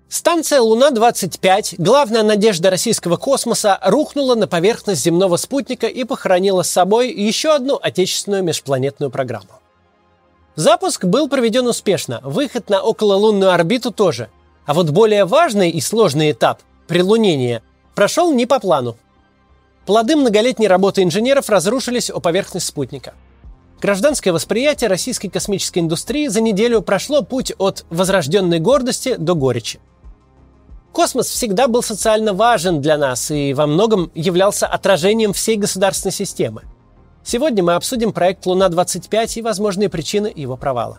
Станция Луна-25, главная надежда российского космоса, рухнула на поверхность земного спутника и похоронила с собой еще одну отечественную межпланетную программу. Запуск был проведен успешно, выход на окололунную орбиту тоже. А вот более важный и сложный этап – прилунение – прошел не по плану. Плоды многолетней работы инженеров разрушились о поверхность спутника. Гражданское восприятие российской космической индустрии за неделю прошло путь от возрожденной гордости до горечи. Космос всегда был социально важен для нас и во многом являлся отражением всей государственной системы. Сегодня мы обсудим проект Луна-25 и возможные причины его провала.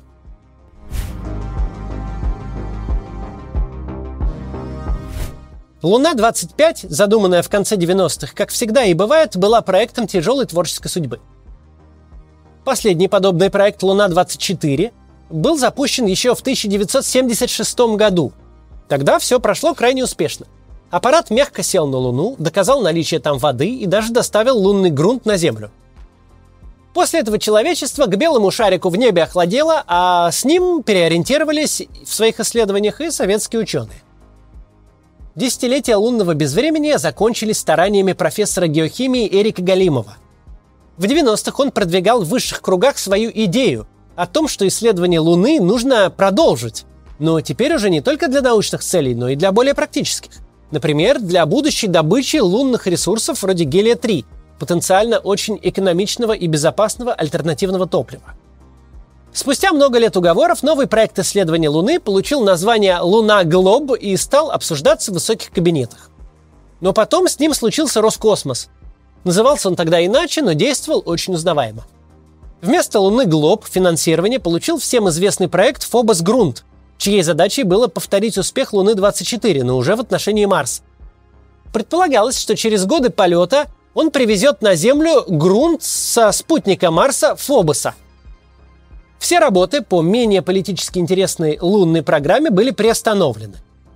Луна-25, задуманная в конце 90-х, как всегда и бывает, была проектом тяжелой творческой судьбы. Последний подобный проект Луна-24 был запущен еще в 1976 году. Тогда все прошло крайне успешно. Аппарат мягко сел на Луну, доказал наличие там воды и даже доставил лунный грунт на Землю. После этого человечество к белому шарику в небе охладело, а с ним переориентировались в своих исследованиях и советские ученые. Десятилетия лунного безвременья закончились стараниями профессора геохимии Эрика Галимова. В 90-х он продвигал в высших кругах свою идею о том, что исследование Луны нужно продолжить. Но теперь уже не только для научных целей, но и для более практических. Например, для будущей добычи лунных ресурсов вроде гелия-3, потенциально очень экономичного и безопасного альтернативного топлива. Спустя много лет уговоров новый проект исследования Луны получил название «Луна-Глоб» и стал обсуждаться в высоких кабинетах. Но потом с ним случился Роскосмос. Назывался он тогда иначе, но действовал очень узнаваемо. Вместо Луны-Глоб финансирование получил всем известный проект «Фобос-Грунт», чьей задачей было повторить успех Луны-24, но уже в отношении Марса. Предполагалось, что через годы полета он привезет на Землю грунт со спутника Марса Фобоса. Все работы по менее политически интересной лунной программе были приостановлены.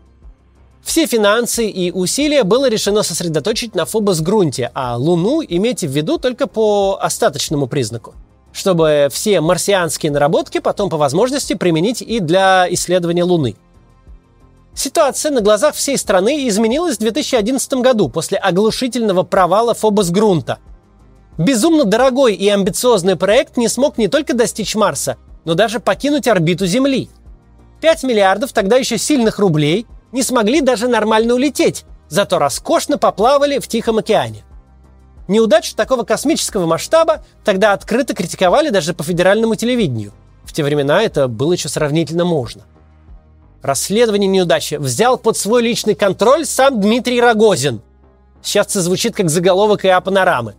Все финансы и усилия было решено сосредоточить на Фобос-Грунте, а Луну иметь в виду только по остаточному признаку, чтобы все марсианские наработки потом по возможности применить и для исследования Луны. Ситуация на глазах всей страны изменилась в 2011 году после оглушительного провала Фобос-Грунта. Безумно дорогой и амбициозный проект не смог не только достичь Марса, но даже покинуть орбиту Земли. 5 миллиардов тогда еще сильных рублей не смогли даже нормально улететь, зато роскошно поплавали в Тихом океане. Неудачу такого космического масштаба тогда открыто критиковали даже по федеральному телевидению. В те времена это было еще сравнительно можно. Расследование неудачи взял под свой личный контроль сам Дмитрий Рогозин. Сейчас это звучит как заголовок ИА Панорамы.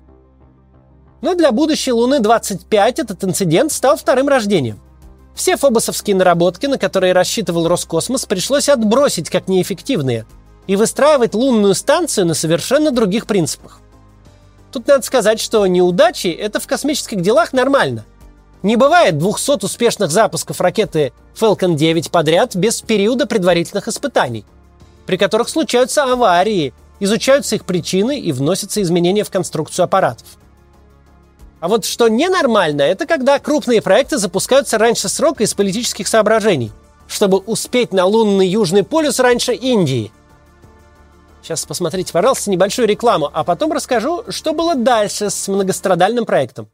Но для будущей Луны-25 этот инцидент стал вторым рождением. Все фобосовские наработки, на которые рассчитывал Роскосмос, пришлось отбросить как неэффективные и выстраивать лунную станцию на совершенно других принципах. Тут надо сказать, что неудачи – это в космических делах нормально. Не бывает 200 успешных запусков ракеты Falcon 9 подряд без периода предварительных испытаний, при которых случаются аварии, изучаются их причины и вносятся изменения в конструкцию аппаратов. А вот что ненормально, это когда крупные проекты запускаются раньше срока из политических соображений, чтобы успеть на лунный Южный полюс раньше Индии. Сейчас посмотрите, пожалуйста, небольшую рекламу, а потом расскажу, что было дальше с многострадальным проектом.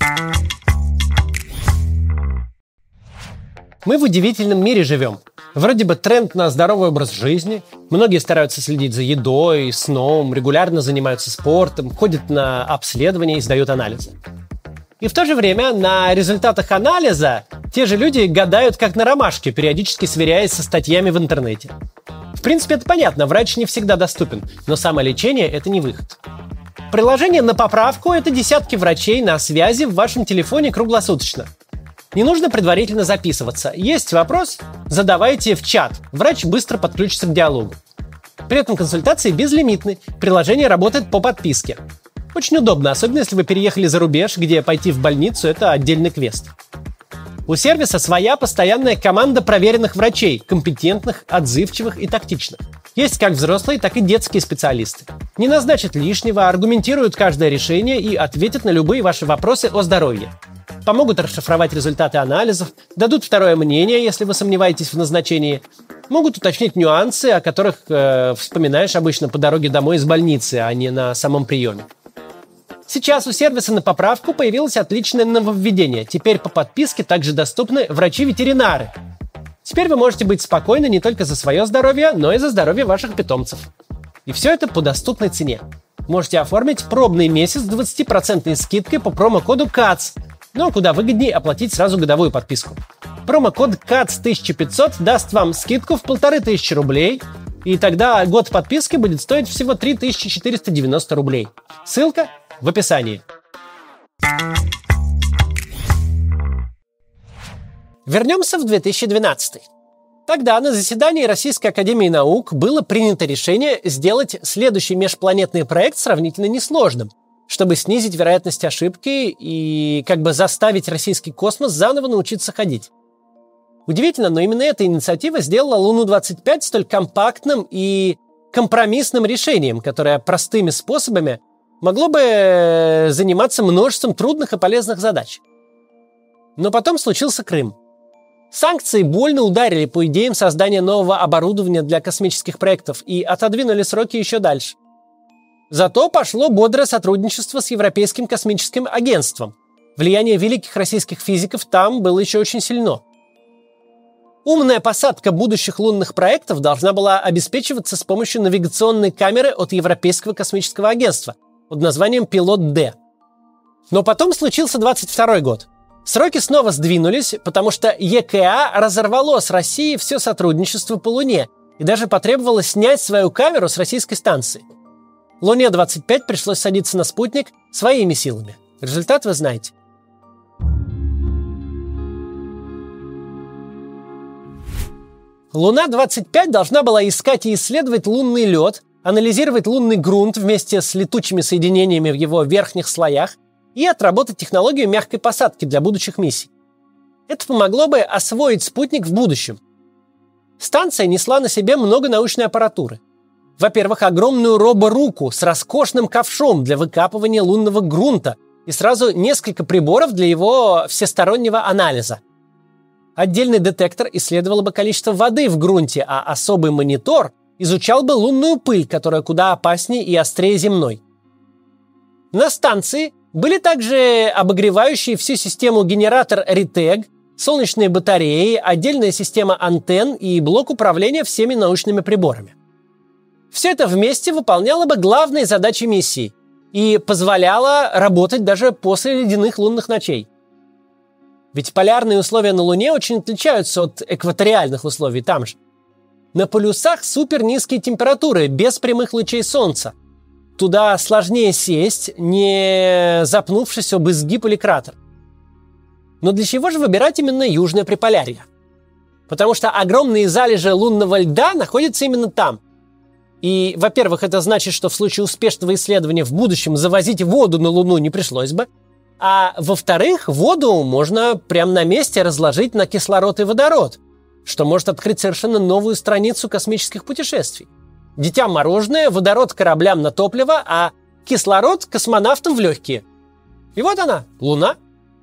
Мы в удивительном мире живем. Вроде бы тренд на здоровый образ жизни. Многие стараются следить за едой, сном, регулярно занимаются спортом, ходят на обследования и сдают анализы. И в то же время на результатах анализа те же люди гадают как на ромашке, периодически сверяясь со статьями в интернете. В принципе, это понятно, врач не всегда доступен, но самолечение – это не выход. Приложение на поправку – это десятки врачей на связи в вашем телефоне круглосуточно. Не нужно предварительно записываться. Есть вопрос – задавайте в чат. Врач быстро подключится к диалогу. При этом консультации безлимитны. Приложение работает по подписке. Очень удобно, особенно если вы переехали за рубеж, где пойти в больницу – это отдельный квест. У сервиса своя постоянная команда проверенных врачей, компетентных, отзывчивых и тактичных. Есть как взрослые, так и детские специалисты. Не назначат лишнего, аргументируют каждое решение и ответят на любые ваши вопросы о здоровье. Помогут расшифровать результаты анализов, дадут второе мнение, если вы сомневаетесь в назначении. Могут уточнить нюансы, о которых вспоминаешь обычно по дороге домой из больницы, а не на самом приеме. Сейчас у сервиса на поправку появилось отличное нововведение. Теперь по подписке также доступны врачи-ветеринары. Теперь вы можете быть спокойны не только за свое здоровье, но и за здоровье ваших питомцев. И все это по доступной цене. Можете оформить пробный месяц с 20% скидкой по промокоду КАЦ. Но куда выгоднее оплатить сразу годовую подписку. Промокод КАЦ1500 даст вам скидку в 1500 рублей, и тогда год подписки будет стоить всего 3490 рублей. Ссылка в описании. Вернемся в 2012. Тогда на заседании Российской академии наук было принято решение сделать следующий межпланетный проект сравнительно несложным, чтобы снизить вероятность ошибки и заставить российский космос заново научиться ходить. Удивительно, но именно эта инициатива сделала Луну-25 столь компактным и компромиссным решением, которое простыми способами могло бы заниматься множеством трудных и полезных задач. Но потом случился Крым. Санкции больно ударили по идеям создания нового оборудования для космических проектов и отодвинули сроки еще дальше. Зато пошло бодрое сотрудничество с Европейским космическим агентством. Влияние великих российских физиков там было еще очень сильно. Умная посадка будущих лунных проектов должна была обеспечиваться с помощью навигационной камеры от Европейского космического агентства под названием «Пилот-Д». Но потом случился 22 год. Сроки снова сдвинулись, потому что ЕКА разорвало с Россией все сотрудничество по Луне и даже потребовало снять свою камеру с российской станции. Луне-25 пришлось садиться на спутник своими силами. Результат вы знаете. Луна-25 должна была искать и исследовать лунный лед, анализировать лунный грунт вместе с летучими соединениями в его верхних слоях и отработать технологию мягкой посадки для будущих миссий. Это помогло бы освоить спутник в будущем. Станция несла на себе много научной аппаратуры. Во-первых, огромную роборуку с роскошным ковшом для выкапывания лунного грунта и сразу несколько приборов для его всестороннего анализа. Отдельный детектор исследовал бы количество воды в грунте, а особый монитор изучал бы лунную пыль, которая куда опаснее и острее земной. На станции были также обогревающие всю систему генератор RETEG, солнечные батареи, отдельная система антенн и блок управления всеми научными приборами. Все это вместе выполняло бы главные задачи миссии и позволяло работать даже после ледяных лунных ночей. Ведь полярные условия на Луне очень отличаются от экваториальных условий там же. На полюсах супернизкие температуры, без прямых лучей солнца. Туда сложнее сесть, не запнувшись об изгиб или кратер. Но для чего же выбирать именно Южное Приполярье? Потому что огромные залежи лунного льда находятся именно там. И, во-первых, это значит, что в случае успешного исследования в будущем завозить воду на Луну не пришлось бы. А во-вторых, воду можно прямо на месте разложить на кислород и водород, что может открыть совершенно новую страницу космических путешествий. Дитя мороженое, водород кораблям на топливо, а кислород космонавтам в легкие. И вот она, Луна.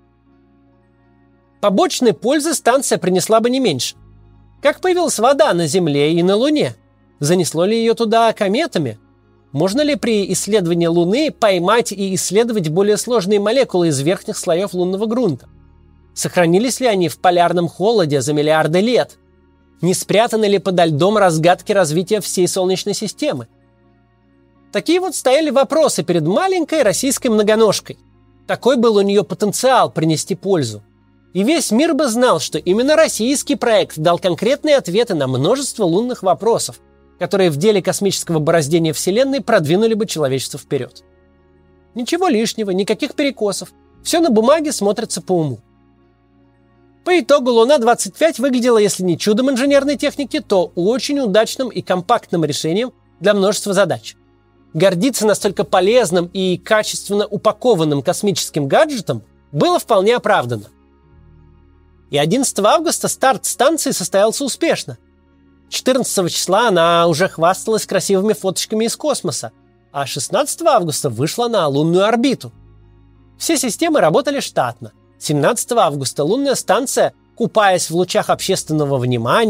Побочной пользы станция принесла бы не меньше. Как появилась вода на Земле и на Луне? Занесло ли ее туда кометами? Можно ли при исследовании Луны поймать и исследовать более сложные молекулы из верхних слоев лунного грунта? Сохранились ли они в полярном холоде за миллиарды лет? Не спрятаны ли подо льдом разгадки развития всей Солнечной системы? Такие вот стояли вопросы перед маленькой российской многоножкой. Такой был у нее потенциал принести пользу. И весь мир бы знал, что именно российский проект дал конкретные ответы на множество лунных вопросов, которые в деле космического бороздения Вселенной продвинули бы человечество вперед. Ничего лишнего, никаких перекосов. Все на бумаге смотрится по уму. По итогу Луна-25 выглядела, если не чудом инженерной техники, то очень удачным и компактным решением для множества задач. Гордиться настолько полезным и качественно упакованным космическим гаджетом было вполне оправдано. И 11 августа старт станции состоялся успешно. 14 числа она уже хвасталась красивыми фоточками из космоса, а 16 августа вышла на лунную орбиту. Все системы работали штатно. 17 августа лунная станция, купаясь в лучах общественного внимания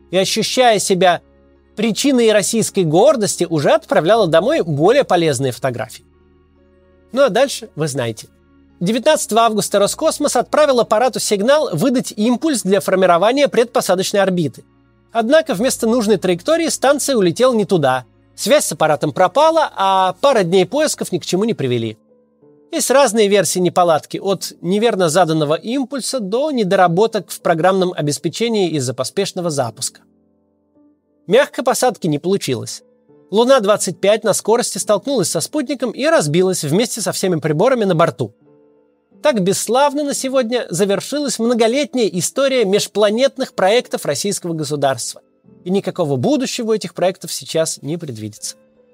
и, ощущая себя причиной российской гордости, уже отправляла домой более полезные фотографии. Ну а дальше вы знаете. 19 августа Роскосмос отправил аппарату сигнал выдать импульс для формирования предпосадочной орбиты. Однако вместо нужной траектории станция улетела не туда. Связь с аппаратом пропала, а пара дней поисков ни к чему не привели. Есть разные версии неполадки, от неверно заданного импульса до недоработок в программном обеспечении из-за поспешного запуска. Мягкой посадки не получилось. Луна-25 на скорости столкнулась со спутником и разбилась вместе со всеми приборами на борту. Так бесславно на сегодня завершилась многолетняя история межпланетных проектов российского государства. И никакого будущего у этих проектов сейчас не предвидится.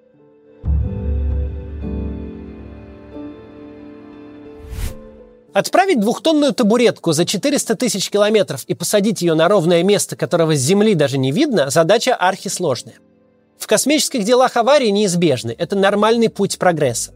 Отправить двухтонную табуретку за 400 тысяч километров и посадить ее на ровное место, которого с Земли даже не видно, задача архисложная. В космических делах аварии неизбежны, это нормальный путь прогресса.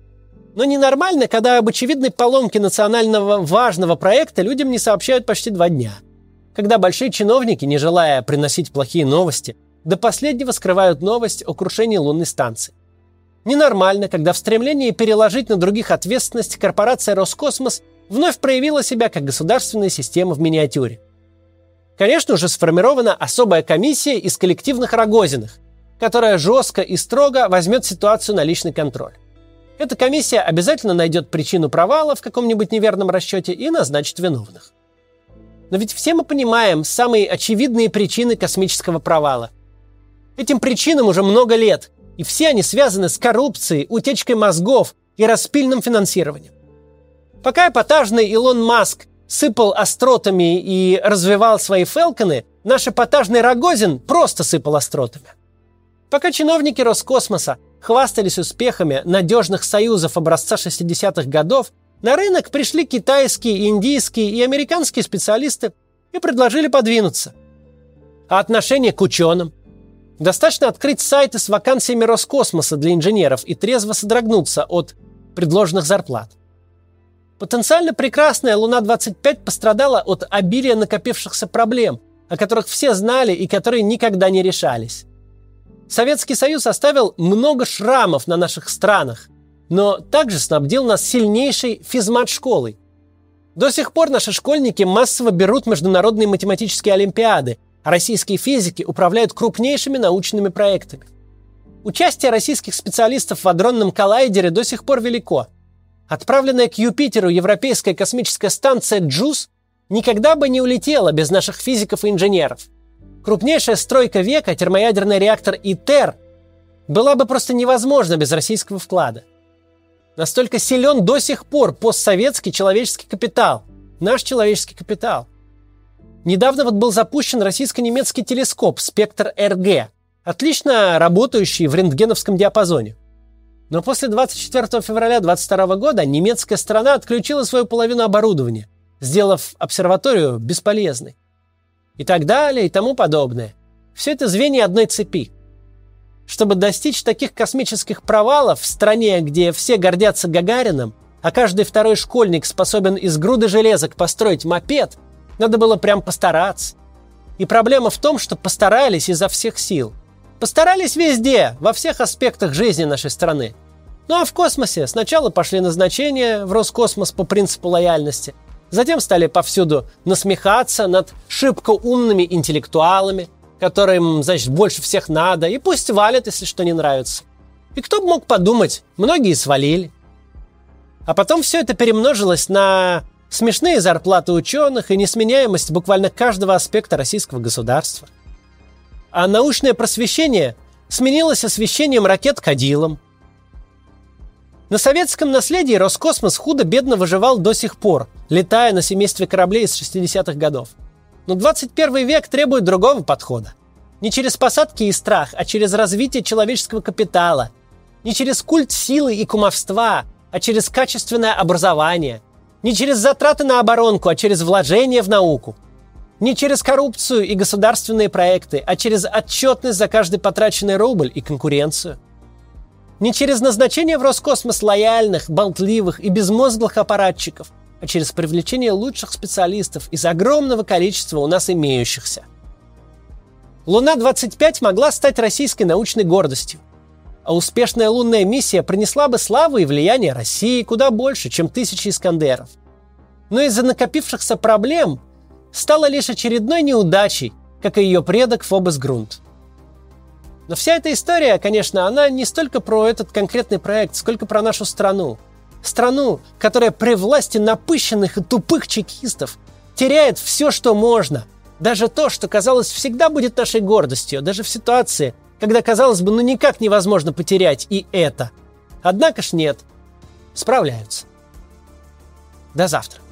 Но ненормально, когда об очевидной поломке национального важного проекта людям не сообщают почти 2 дня. Когда большие чиновники, не желая приносить плохие новости, до последнего скрывают новость о крушении лунной станции. Ненормально, когда в стремлении переложить на других ответственность корпорация Роскосмос вновь проявила себя как государственная система в миниатюре. Конечно, уже сформирована особая комиссия из коллективных Рогозиных, которая жестко и строго возьмет ситуацию на личный контроль. Эта комиссия обязательно найдет причину провала в каком-нибудь неверном расчете и назначит виновных. Но ведь все мы понимаем самые очевидные причины космического провала. Этим причинам уже много лет, и все они связаны с коррупцией, утечкой мозгов и распильным финансированием. Пока эпатажный Илон Маск сыпал остротами и развивал свои фелконы, наш эпатажный Рогозин просто сыпал остротами. Пока чиновники Роскосмоса хвастались успехами надежных союзов образца 60-х годов, на рынок пришли китайские, индийские и американские специалисты и предложили подвинуться. А отношение к ученым? Достаточно открыть сайты с вакансиями Роскосмоса для инженеров и трезво содрогнуться от предложенных зарплат. Потенциально прекрасная Луна-25 пострадала от обилия накопившихся проблем, о которых все знали и которые никогда не решались. Советский Союз оставил много шрамов на наших странах, но также снабдил нас сильнейшей физмат-школой. До сих пор наши школьники массово берут международные математические олимпиады, а российские физики управляют крупнейшими научными проектами. Участие российских специалистов в адронном коллайдере до сих пор велико. Отправленная к Юпитеру европейская космическая станция «Джуз» никогда бы не улетела без наших физиков и инженеров. Крупнейшая стройка века, термоядерный реактор ИТЕР, была бы просто невозможна без российского вклада. Настолько силен до сих пор постсоветский человеческий капитал, наш человеческий капитал. Недавно был запущен российско-немецкий телескоп «Спектр-РГ», отлично работающий в рентгеновском диапазоне. Но после 24 февраля 2022 года немецкая сторона отключила свою половину оборудования, сделав обсерваторию бесполезной. И так далее, и тому подобное. Все это звенья одной цепи. Чтобы достичь таких космических провалов в стране, где все гордятся Гагарином, а каждый второй школьник способен из груды железок построить мопед, надо было прям постараться. И проблема в том, что постарались изо всех сил. Постарались везде, во всех аспектах жизни нашей страны. Ну а в космосе сначала пошли назначения в Роскосмос по принципу лояльности, затем стали повсюду насмехаться над шибко умными интеллектуалами, которым, значит, больше всех надо, и пусть валят, если что не нравится. И кто бы мог подумать, многие свалили. А потом все это перемножилось на смешные зарплаты ученых и несменяемость буквально каждого аспекта российского государства. А научное просвещение сменилось освещением ракет кадилом. На советском наследии Роскосмос худо-бедно выживал до сих пор, летая на семействе кораблей из 60-х годов. Но 21 век требует другого подхода. Не через посадки и страх, а через развитие человеческого капитала. Не через культ силы и кумовства, а через качественное образование. Не через затраты на оборонку, а через вложение в науку. Не через коррупцию и государственные проекты, а через отчетность за каждый потраченный рубль и конкуренцию. Не через назначение в Роскосмос лояльных, болтливых и безмозглых аппаратчиков, а через привлечение лучших специалистов из огромного количества у нас имеющихся. Луна-25 могла стать российской научной гордостью. А успешная лунная миссия принесла бы славу и влияние России куда больше, чем тысячи Искандеров. Но из-за накопившихся проблем стала лишь очередной неудачей, как и ее предок Фобос Грунт. Но вся эта история, конечно, она не столько про этот конкретный проект, сколько про нашу страну. Страну, которая при власти напыщенных и тупых чекистов теряет все, что можно. Даже то, что, казалось, всегда будет нашей гордостью, даже в ситуации, когда, казалось бы, никак невозможно потерять и это. Однако ж нет. Справляются. До завтра.